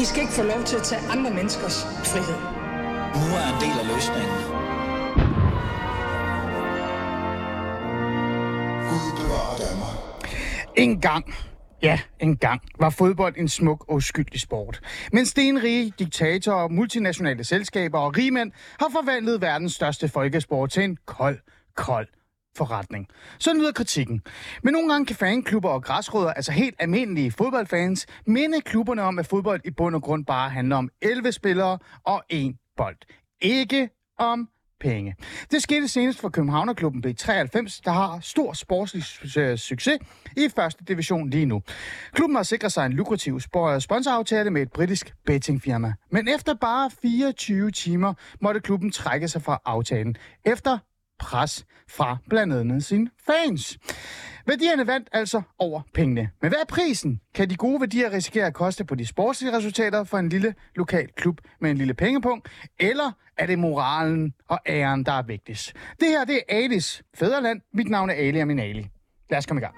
I skal ikke få lov til at tage andre menneskers frihed. Nu er en del af løsningen. Gud bevarer Danmark. Engang var fodbold en smuk og uskyldig sport. Men stenrige diktatorer, multinationale selskaber og rigmænd har forvandlet verdens største folkesport til en kold forretning. Så lyder kritikken. Men nogle gange kan fanklubber og græsrødder, altså helt almindelige fodboldfans, minde klubberne om, at fodbold i bund og grund bare handler om 11 spillere og 1 bold. Ikke om penge. Det skete senest for Københavnerklubben B93, der har stor sportslig succes i første division lige nu. Klubben har sikret sig en lukrativ sponsoraftale med et britisk bettingfirma. Men efter bare 24 timer måtte klubben trække sig fra aftalen. Efter pres fra blandt andet sine fans. Værdierne vandt altså over pengene. Men hvad er prisen? Kan de gode værdier risikere at koste på de sportslige resultater for en lille lokal klub med en lille pengepunkt? Eller er det moralen og æren, der er vigtigst? Det her, det er Alis fædreland. Mit navn er Ali Amin Ali. Lad os komme i gang.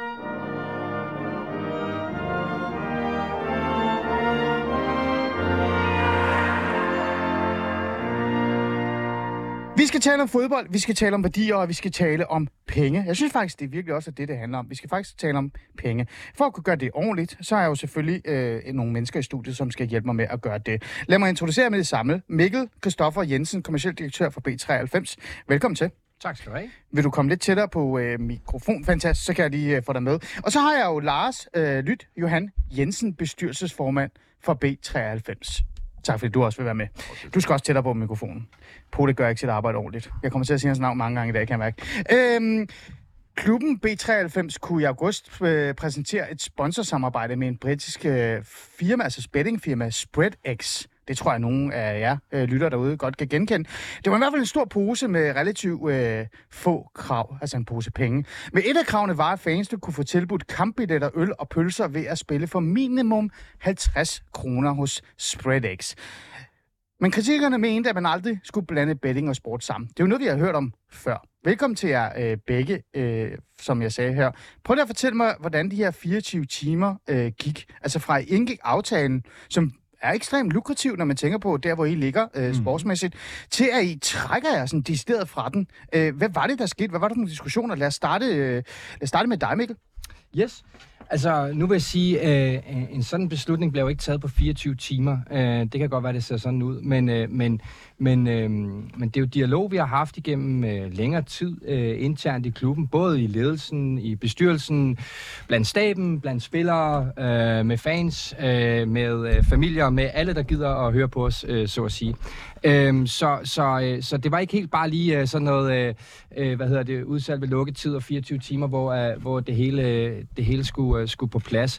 Vi skal tale om fodbold, vi skal tale om værdier, og vi skal tale om penge. Jeg synes faktisk, det er virkelig også det handler om. Vi skal faktisk tale om penge. For at kunne gøre det ordentligt, så er jeg jo selvfølgelig nogle mennesker i studiet, som skal hjælpe mig med at gøre det. Lad mig introducere med det samme. Mikkel Christoffer Jensen, kommerciel direktør for B93. Velkommen til. Tak skal du have. Vil du komme lidt tættere på mikrofon? Fantastisk, så kan jeg lige få dig med. Og så har jeg jo Lars Lyt Johan Jensen, bestyrelsesformand for B93. Tak fordi du også vil være med. Du skal også tættere på mikrofonen. Pole gør ikke sit arbejde ordentligt. Jeg kommer til at sige hans navn mange gange i dag, kan jeg mærke. Klubben B93 kunne i august præsentere et sponsorsamarbejde med en britisk firma, altså bettingfirma SpreadX. Det tror jeg, nogen af jer lytter derude godt kan genkende. Det var i hvert fald en stor pose med relativt få krav, altså en pose penge. Men et af kravene var, at fans kunne få tilbudt kampbilletter, øl og pølser ved at spille for minimum 50 kroner hos SpreadX. Men kritikerne mente, at man aldrig skulle blande betting og sport sammen. Det er jo noget, vi har hørt om før. Velkommen til jer begge, som jeg sagde her. Prøv lige at fortælle mig, hvordan de her 24 timer gik. Altså fra I indgik aftalen, som er ekstremt lukrativ, når man tænker på der, hvor I ligger sportsmæssigt, til at I trækker jer sådan decideret fra den. Hvad var det, der skete? Hvad var der for nogle diskussioner? Lad os starte med dig, Mikkel. Yes. Altså, nu vil jeg sige, en sådan beslutning blev jo ikke taget på 24 timer. Det kan godt være, det ser sådan ud. Men det er jo dialog, vi har haft igennem længere tid internt i klubben. Både i ledelsen, i bestyrelsen, blandt staben, blandt spillere, med fans, med familier, med alle, der gider at høre på os, så at sige. Så det var ikke helt bare lige sådan noget, udsalg ved lukketid og 24 timer, hvor det hele skulle på plads.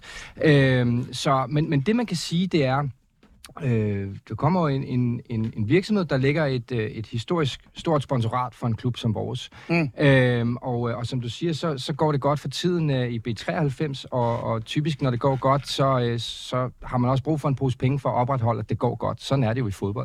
Men det man kan sige, det er, der kommer jo en virksomhed, der lægger et historisk stort sponsorat for en klub som vores. Og som du siger, så går det godt for tiden i B93, og typisk når det går godt, så har man også brug for en pose penge for at opretholde, at det går godt. Sådan er det jo i fodbold.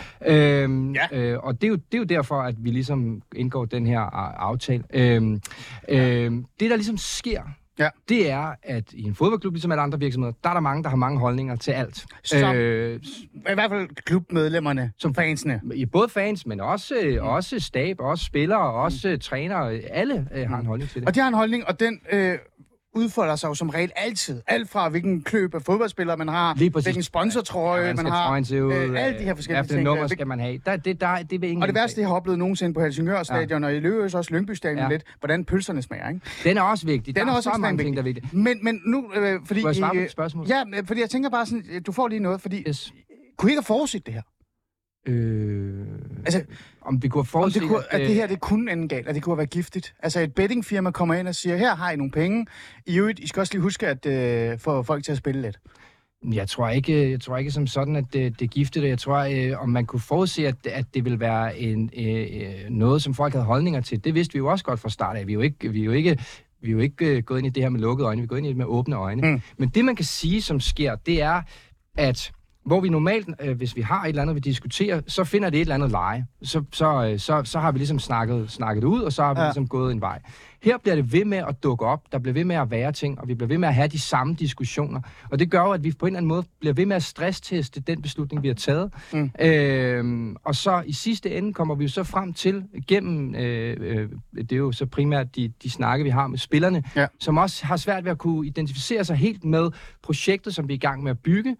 Og det er jo derfor, at vi ligesom indgår den her aftale. Det, der ligesom sker, det er, at i en fodboldklub, ligesom alle andre virksomheder, der er der mange, der har mange holdninger til alt. I hvert fald klubmedlemmerne, som fansene. Både fans, men også stab, også spillere, også trænere. Alle har en holdning til det. Og de har en holdning, og den udfolder sig jo som regel altid. Alt fra hvilken kløb af fodboldspillere man har, hvilken sponsortrøje man har, alle de her forskellige ting. Nummer skal man have. Det vil ingen. Og det værste, jeg har oplevet nogensinde på Helsingør Stadion, og i Løves også Lyngby Stadion lidt, hvordan pølserne smager, ikke? Den er også vigtig. Den er også mange ting, der er vigtigt. Men nu, fordi... Må jeg svare på et spørgsmål? Ja, fordi jeg tænker bare sådan, du får lige noget, fordi... Yes. Kunne I ikke have forudset det her? Altså, om vi kunne forudse, at det her det kunne ende galt, at det kunne være giftigt. Altså et bettingfirma kommer ind og siger, her har I nogle penge. I skal også lige huske at få folk til at spille lidt. Jeg tror ikke som sådan, at det er giftigt. Jeg tror, om man kunne forudse, at det vil være noget, som folk havde holdninger til. Det vidste vi jo også godt fra start af. Vi er jo ikke gået ind i det her med lukkede øjne. Vi er gået ind i det med åbne øjne. Men det, man kan sige, som sker, det er, at hvor vi normalt, hvis vi har et eller andet, vi diskuterer, så finder det et eller andet leje. Så har vi ligesom snakket ud, og så har vi ligesom gået en vej. Her bliver det ved med at dukke op, der bliver ved med at være ting, og vi bliver ved med at have de samme diskussioner. Og det gør jo, at vi på en eller anden måde bliver ved med at stressteste den beslutning, vi har taget. Og så i sidste ende kommer vi jo så frem til, gennem, det er jo så primært de snakke, vi har med spillerne, som også har svært ved at kunne identificere sig helt med projektet, som vi er i gang med at bygge,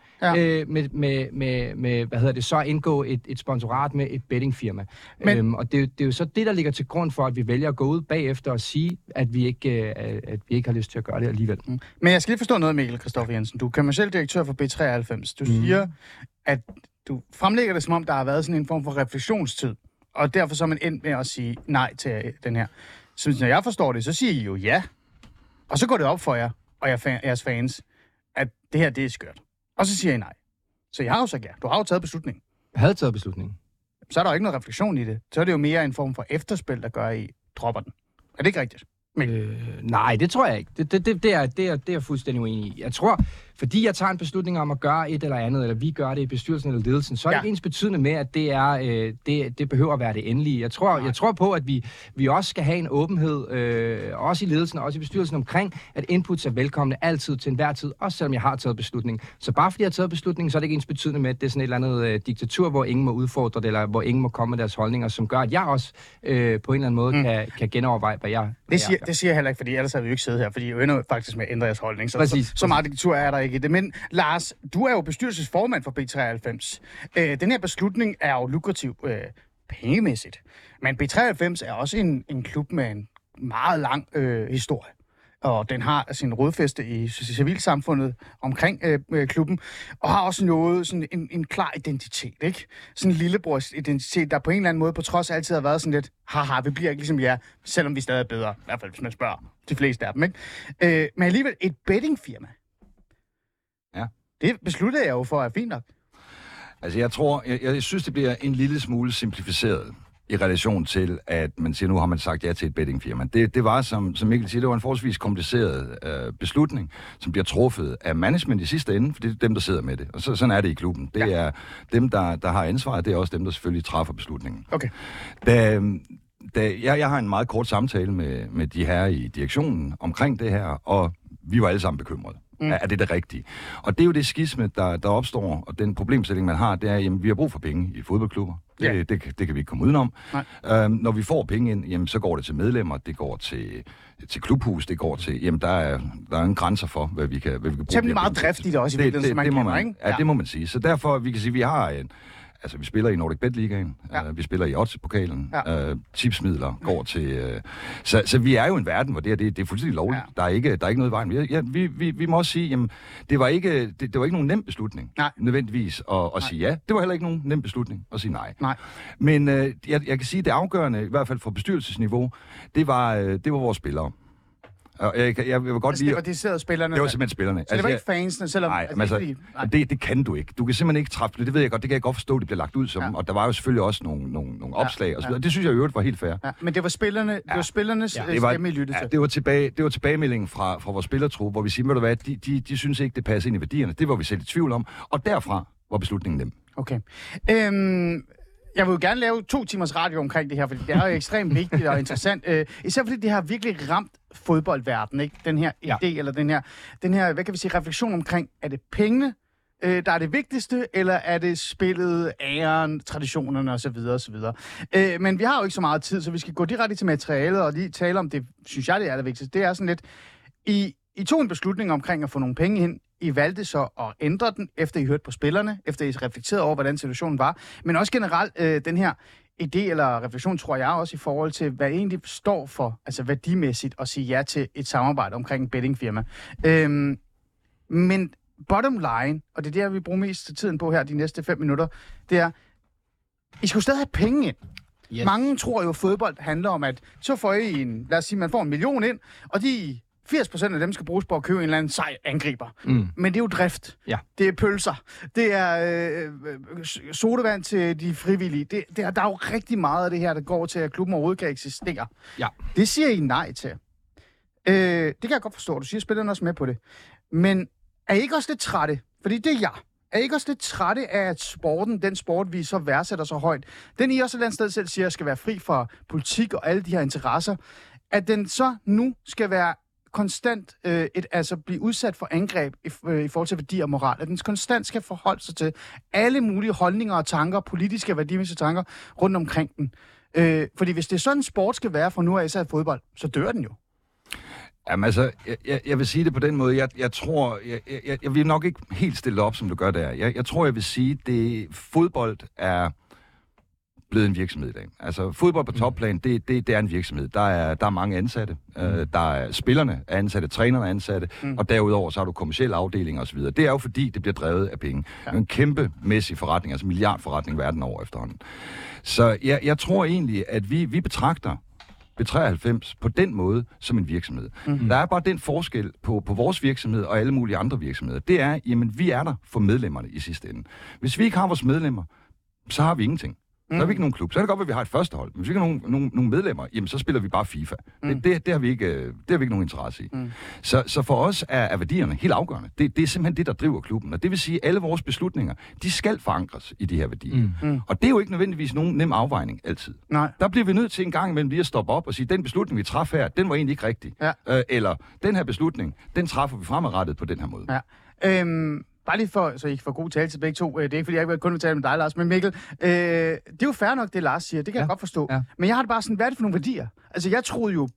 med så indgå et sponsorat med et bettingfirma. Og det er jo så det, der ligger til grund for, at vi vælger at gå ud bagefter og sige, at vi ikke har lyst til at gøre det alligevel. Men jeg skal lige forstå noget, Mikkel Christoffer Jensen. Du er kommerciel direktør for B93. Du siger, at du fremlægger det, som om der har været sådan en form for refleksionstid, og derfor så er man endt med at sige nej til den her. Så når jeg forstår det, så siger I jo ja, og så går det op for jer og jeres fans, at det her, det er skørt. Og så siger I nej. Så jeg har jo sagt ja. Du har jo taget beslutningen. Jeg havde taget beslutningen. Så er der jo ikke noget refleksion i det. Så er det jo mere en form for efterspil, der gør, at I dropper den. Er det ikke rigtigt? Nej, det tror jeg ikke. Det er jeg fuldstændig uenig i. Jeg tror, fordi jeg tager en beslutning om at gøre et eller andet, eller vi gør det i bestyrelsen eller ledelsen, så er det ikke ens betydende med, at det behøver at være det endelige. Jeg tror på, at vi også skal have en åbenhed, også i ledelsen og også i bestyrelsen omkring, at inputs er velkomne altid til enhver tid, også selvom jeg har taget beslutning. Så bare fordi jeg har taget beslutningen, så er det ikke ens betydende med, at det er sådan et eller andet diktatur, hvor ingen må udfordre det, eller hvor ingen må komme med deres holdninger, som gør, at jeg også på en eller anden måde kan genoverveje, hvad jeg det siger jeg heller ikke, fordi ellers havde vi jo ikke siddet her, fordi I jo ender faktisk med at ændre jeres holdning. Så meget diktatur er der ikke i det. Men Lars, du er jo bestyrelsesformand for B93. Den her beslutning er jo lukrativ pengemæssigt. Men B93 er også en klub med en meget lang historie. Og den har sin rodfæste i civilsamfundet omkring klubben, og har også noget, sådan en klar identitet, ikke? Sådan en lillebrors identitet, der på en eller anden måde, på trods af altid har været sådan lidt, haha, vi bliver ikke ligesom jer, selvom vi stadig er bedre, i hvert fald hvis man spørger de fleste af dem, ikke? Men alligevel et bettingfirma. Ja. Det besluttede jeg jo for, at fint nok. Altså jeg synes, det bliver en lille smule simplificeret i relation til, at man siger, nu har man sagt ja til et bettingfirma. Det var, som Mikkel siger, det var en forholdsvis kompliceret beslutning, som bliver truffet af management i sidste ende, for det er dem, der sidder med det. Og sådan er det i klubben. Det er dem, der har ansvaret, det er også dem, der selvfølgelig træffer beslutningen. Okay. Jeg har en meget kort samtale med de her i direktionen omkring det her, og vi var alle sammen bekymrede. Er det rigtige? Og det er jo det skisme, der opstår, og den problemstilling, man har, det er, at vi har brug for penge i fodboldklubber. Det kan vi ikke komme udenom. Når vi får penge ind, jamen, så går det til medlemmer, det går til klubhus, det går til... Jamen, der er en grænser for, hvad vi kan bruge. Temmelig meget driftigt også i virkeligheden, som man kender, ikke? Ja, det må man sige. Så derfor, vi kan sige, vi har en... Altså, vi spiller i Nordic Bet Ligaen, vi spiller i Odds-pokalen, tipsmidler går til... Så vi er jo en verden, hvor det er fuldstændig lovligt. Der er ikke noget i vejen. Vi må også sige, jamen, det var ikke nogen nem beslutning, nødvendigvis, at sige ja. Det var heller ikke nogen nem beslutning at sige nej. Men jeg kan sige, at det afgørende, i hvert fald fra bestyrelsesniveau, det var vores spillere. Jeg vil godt lide... Det var spillerne? Det var simpelthen spillerne. Så det var ikke fansene, selvom... Nej, det kan du ikke. Du kan simpelthen ikke træffe det ved jeg godt. Det kan jeg godt forstå, det bliver lagt ud som. Og der var jo selvfølgelig også nogle opslag og så videre. Det synes jeg i øvrigt var helt fair. Ja, men det var spillernes stemme, I lyttede til. Det var tilbagemeldingen fra vores spillertruppe, hvor vi siger, ved du hvad, de synes ikke, det passer ind i værdierne. Det var vi selv i tvivl om. Og derfra var beslutningen nem. Okay. Jeg vil jo gerne lave 2 timers radio omkring det her, fordi det er jo ekstremt vigtigt og interessant. Især fordi det har virkelig ramt fodboldverdenen, ikke? Den her idé, eller den her, hvad kan vi sige, refleksion omkring, er det pengene, der er det vigtigste, eller er det spillet, æren, traditionerne osv. osv. Men vi har jo ikke så meget tid, så vi skal gå direkte til materialet og lige tale om det, synes jeg, det er det vigtigste. Det er sådan lidt, I tog en beslutning omkring at få nogle penge ind. I valgte så at ændre den, efter I hørte på spillerne, efter I reflekterede over, hvordan situationen var. Men også generelt den her idé eller refleksion, tror jeg også i forhold til, hvad I egentlig står for, altså værdimæssigt, at sige ja til et samarbejde omkring en bettingfirma. Men bottom line, og det er det, vi bruger mest af tiden på her de næste 5 minutter, det er, I skulle stadig have penge ind. Yes. Mange tror jo, at fodbold handler om, at så får I lad os sige, man får 1 million ind, og 80% af dem skal bruges på at købe en eller anden sej angriber. Men det er jo drift. Ja. Det er pølser. Det er sodavand til de frivillige. Der er jo rigtig meget af det her, der går til, at klubben overhovedet kan eksistere. Ja. Det siger I nej til. Det kan jeg godt forstå. Du siger spillerne også med på det. Men er I ikke også lidt trætte? Fordi det er jeg. Er I ikke også lidt trætte af, at sporten, den sport, vi så værdsætter så højt, den I også et eller andet sted selv siger, skal være fri fra politik og alle de her interesser, at den så nu skal være konstant blive udsat for angreb i forhold til værdi og moral, at den konstant skal forholde sig til alle mulige holdninger og tanker, politiske og værdimæssige tanker rundt omkring den. Fordi hvis det er sådan en sport skal være fra nu af, især fodbold, så dør den jo. Jamen altså, jeg vil sige det på den måde. Jeg tror, jeg vil nok ikke helt stille op, som du gør der. Jeg tror, jeg vil sige, at fodbold er blevet en virksomhed i dag. Altså, fodbold på topplan, det er en virksomhed. Der er mange ansatte. Der er spillerne er ansatte, trænerne er ansatte, og derudover så har du kommercielle afdelinger osv. Det er jo fordi, det bliver drevet af penge. Det er en kæmpemæssig forretning, altså milliardforretning verden over efterhånden. Så jeg tror egentlig, at vi betragter B93 på den måde som en virksomhed. Der er bare den forskel på vores virksomhed og alle mulige andre virksomheder. Det er, jamen vi er der for medlemmerne i sidste ende. Hvis vi ikke har vores medlemmer, så har vi ingenting. Så har vi ikke nogen klub. Så er det godt, at vi har et første hold. Men hvis vi ikke har nogen medlemmer, jamen så spiller vi bare FIFA. Det har vi ikke nogen interesse i. Så for os er værdierne helt afgørende. Det er simpelthen det, der driver klubben. Og det vil sige, at alle vores beslutninger, de skal forankres i de her værdier. Og det er jo ikke nødvendigvis nogen nem afvejning altid. Nej. Der bliver vi nødt til en gang imellem lige at stoppe op og sige, den beslutning, vi træffer her, den var egentlig ikke rigtig. Ja. Eller den her beslutning, den træffer vi fremadrettet på den her måde. Ja. Bare lige for, så I får god tale til begge to. Det er ikke, fordi jeg kun vil tale med dig, Lars. Men Mikkel, det er jo fair nok, det Lars siger. Det kan jeg godt forstå. Ja. Men jeg har det bare sådan, hvad er det for nogle værdier? Altså, jeg troede jo,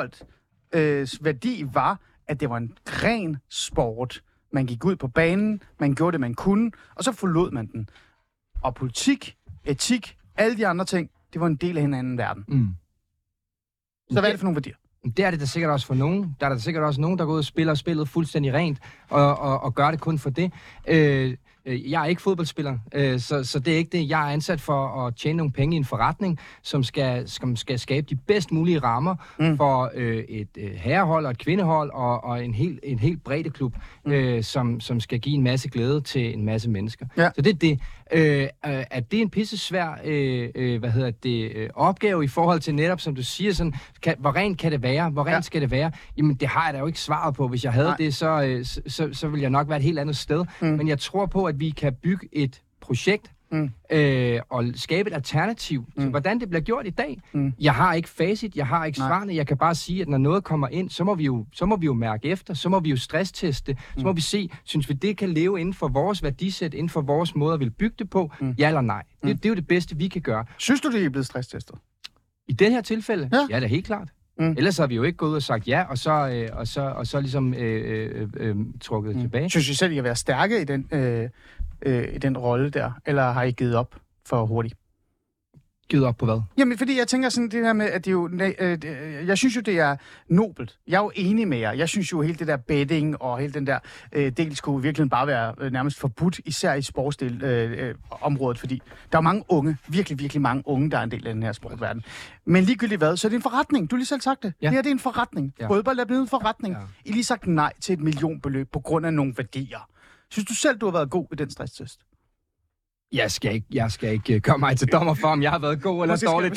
fodbolds værdi var, at det var en ren sport. Man gik ud på banen, man gjorde det, man kunne, og så forlod man den. Og politik, etik, alle de andre ting, det var en del af hinanden verden. Så hvad er det for nogle værdier? Det er det da sikkert også for nogen. Der er der sikkert også nogen, der går ud og spiller spillet fuldstændig rent, og gør det kun for det. Jeg er ikke fodboldspiller, så det er ikke det. Jeg er ansat for at tjene nogle penge i en forretning, som skal skabe de bedst mulige rammer for et herrehold og et kvindehold og en helt breddeklub, som skal give en masse glæde til en masse mennesker. Ja. Så det er det. At det er en pisse svær opgave i forhold til netop, som du siger, sådan, hvor rent kan det være? Hvor rent skal det være? Jamen, det har jeg da jo ikke svaret på. Hvis jeg havde det, så ville jeg nok være et helt andet sted. Men jeg tror på, at vi kan bygge et projekt og skabe et alternativ til, hvordan det bliver gjort i dag. Jeg har ikke facit, jeg har ikke svarene. Jeg kan bare sige, at når noget kommer ind, så må vi jo mærke efter, så må vi jo stressteste, så må vi se, synes vi, det kan leve inden for vores værdisæt, inden for vores måde at vil bygge det på, ja eller nej. Det er jo det bedste, vi kan gøre. Synes du, det er blevet stresstestet? I det her tilfælde? Ja, det er helt klart. Ellers har vi jo ikke gået ud og sagt ja, og så ligesom trukket tilbage. Synes I selv, I kan være stærke i den rolle der, eller har I givet op for hurtigt? Givet op på hvad? Jamen, fordi jeg tænker sådan det her med, at det jo... jeg synes jo, det er nobelt. Jeg er jo enig med jer. Jeg synes jo, hele det der betting og hele den der del skulle virkelig bare være nærmest forbudt, især i sportsområdet, fordi der er mange unge, virkelig mange unge, der er en del af den her sportverden. Men ligegyldigt hvad, så er det en forretning. Du har lige selv sagt det. Ja. Det her det er en forretning. Ja. Fodbold er blevet en forretning. Ja. I lige sagt nej til et millionbeløb på grund af nogle værdier. Synes du selv, du har været god i den stresstest? Jeg skal ikke gøre mig til dommer for, om jeg har været god eller dårlig.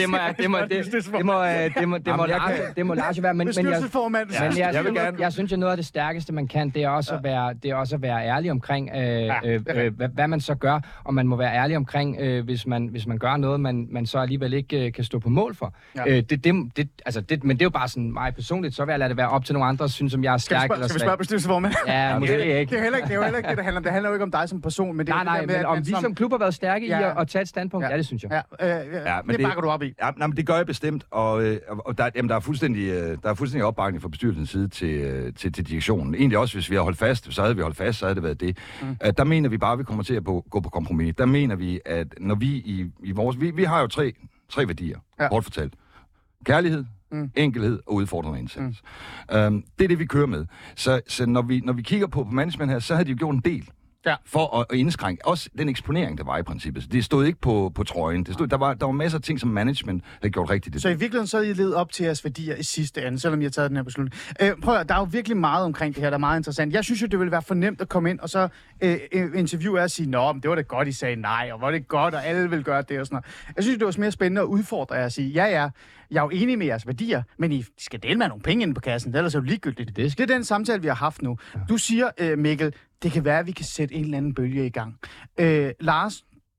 Det må Lars jo være. Men jeg synes jo, noget af det stærkeste, man kan, det er også at være ærlig omkring, hvad man så gør. Og man må være ærlig omkring, hvis man gør noget, man så alligevel ikke kan stå på mål for. Ja. Men det er jo bare sådan mig personligt. Så vil jeg lade det være op til nogle andre, synes som jeg er stærk eller svag. Skal vi spørge bestyrelsesformand? Ja, måske ikke. Det er jo heller ikke det, der handler om. Det handler jo ikke om dig som person. Men det nej, men om vi som klub været stærke i at tage et standpunkt. Ja, det synes jeg. Men det bakker du op i. Ja, men det gør jeg bestemt, og der er fuldstændig opbakning fra bestyrelsens side til direktionen. Egentlig også, hvis vi har holdt fast, så havde det været det. Der mener vi bare, at vi kommer til at gå på kompromis. Der mener vi, at når vi i vores... Vi har jo tre værdier, kort fortalt. Kærlighed, enkelhed og udfordrende indsats. Det er det, vi kører med. Så når vi kigger på management her, så havde de jo gjort en del. Ja. For at indskrænke også den eksponering, der var i princippet. Det stod ikke på trøjen. Der var masser af ting, som management havde gjort rigtigt. Så i virkeligheden så er I ledet op til jeres værdier i sidste ende, selvom I har taget den her beslutning. Prøv at, der er jo virkelig meget omkring det her, der er meget interessant. Jeg synes jo, det ville være fornemt at komme ind og så interviewe og sige, nå, det var det godt, I sagde nej, og var det godt, og alle vil gøre det og sådan noget. Jeg synes, det var mere spændende at udfordre jer og sige, jeg er jo enig med jeres værdier, men I skal dele med nogle penge inde på kassen, ellers er det jo ligegyldigt. Det er den samtale, vi har haft nu. Du siger, Mikkel, det kan være, at vi kan sætte en eller anden bølge i gang. Lars,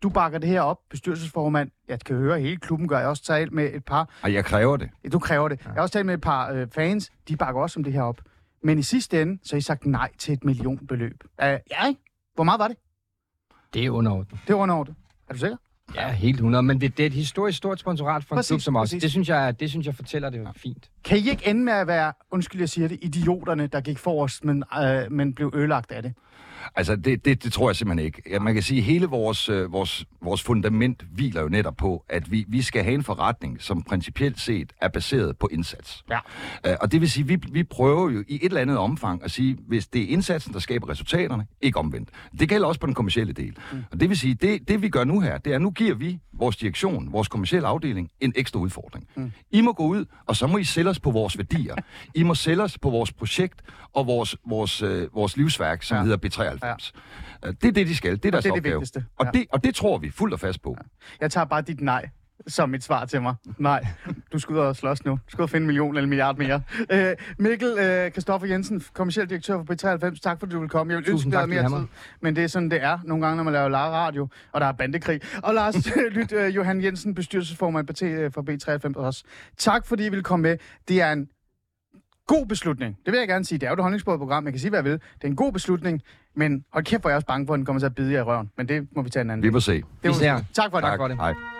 Du bakker det her op, bestyrelsesformand. Jeg kan høre, at hele klubben gør. Jeg har også talt med et par... Og jeg kræver det. Du kræver det. Jeg har også talt med et par fans. De bakker også om det her op. Men i sidste ende, så har I sagt nej til et millionbeløb. Ja, ikke? Hvor meget var det? Det er underordnet. Det er underordnet. Er du sikker? Ja, helt 100. Men det er et historisk stort sponsorat for en klub som os. Præcis. Det synes jeg fortæller det fint. Kan I ikke ende med at være, undskyld jeg siger det, idioterne, der gik forrest, men blev ødelagt af det? Altså, det tror jeg simpelthen ikke. Ja, man kan sige, at hele vores fundament hviler jo netop på, at vi skal have en forretning, som principielt set er baseret på indsats. Ja. Og det vil sige, vi prøver jo i et eller andet omfang at sige, hvis det er indsatsen, der skaber resultaterne, ikke omvendt. Det gælder også på den kommercielle del. Og det vil sige, det vi gør nu her, det er, nu giver vi vores direktion, vores kommercielle afdeling, en ekstra udfordring. I må gå ud, og så må I sælge os på vores værdier. I må sælge os på vores projekt og vores livsværk, som hedder B93. Ja. Det er det, de skal. Det er deres opgave. Det og det tror vi fuldt og fast på. Ja. Jeg tager bare dit nej som et svar til mig. Nej, du skal ud og slås nu. Du skal ud og finde 1 million eller 1 milliard mere. Mikkel Kristoffer Jensen, kommerciel direktør for B93. Tak fordi du vil komme. Jeg vil ønske dig mere tid, men det er sådan, det er nogle gange, når man laver radio, og der er bandekrig. Og Lars Johan Jensen, bestyrelsesformand for B93 også. Tak fordi I vil komme med. Det er en god beslutning. Det vil jeg gerne sige. Det er jo et holdningsbåret program. Jeg kan sige, hvad jeg vil. Det er en god beslutning, men hold kæft, hvor jeg er også bange for, at den kommer til at bide jer i røven. Men det må vi tage en anden. Vi må se. Tak for det. Hej.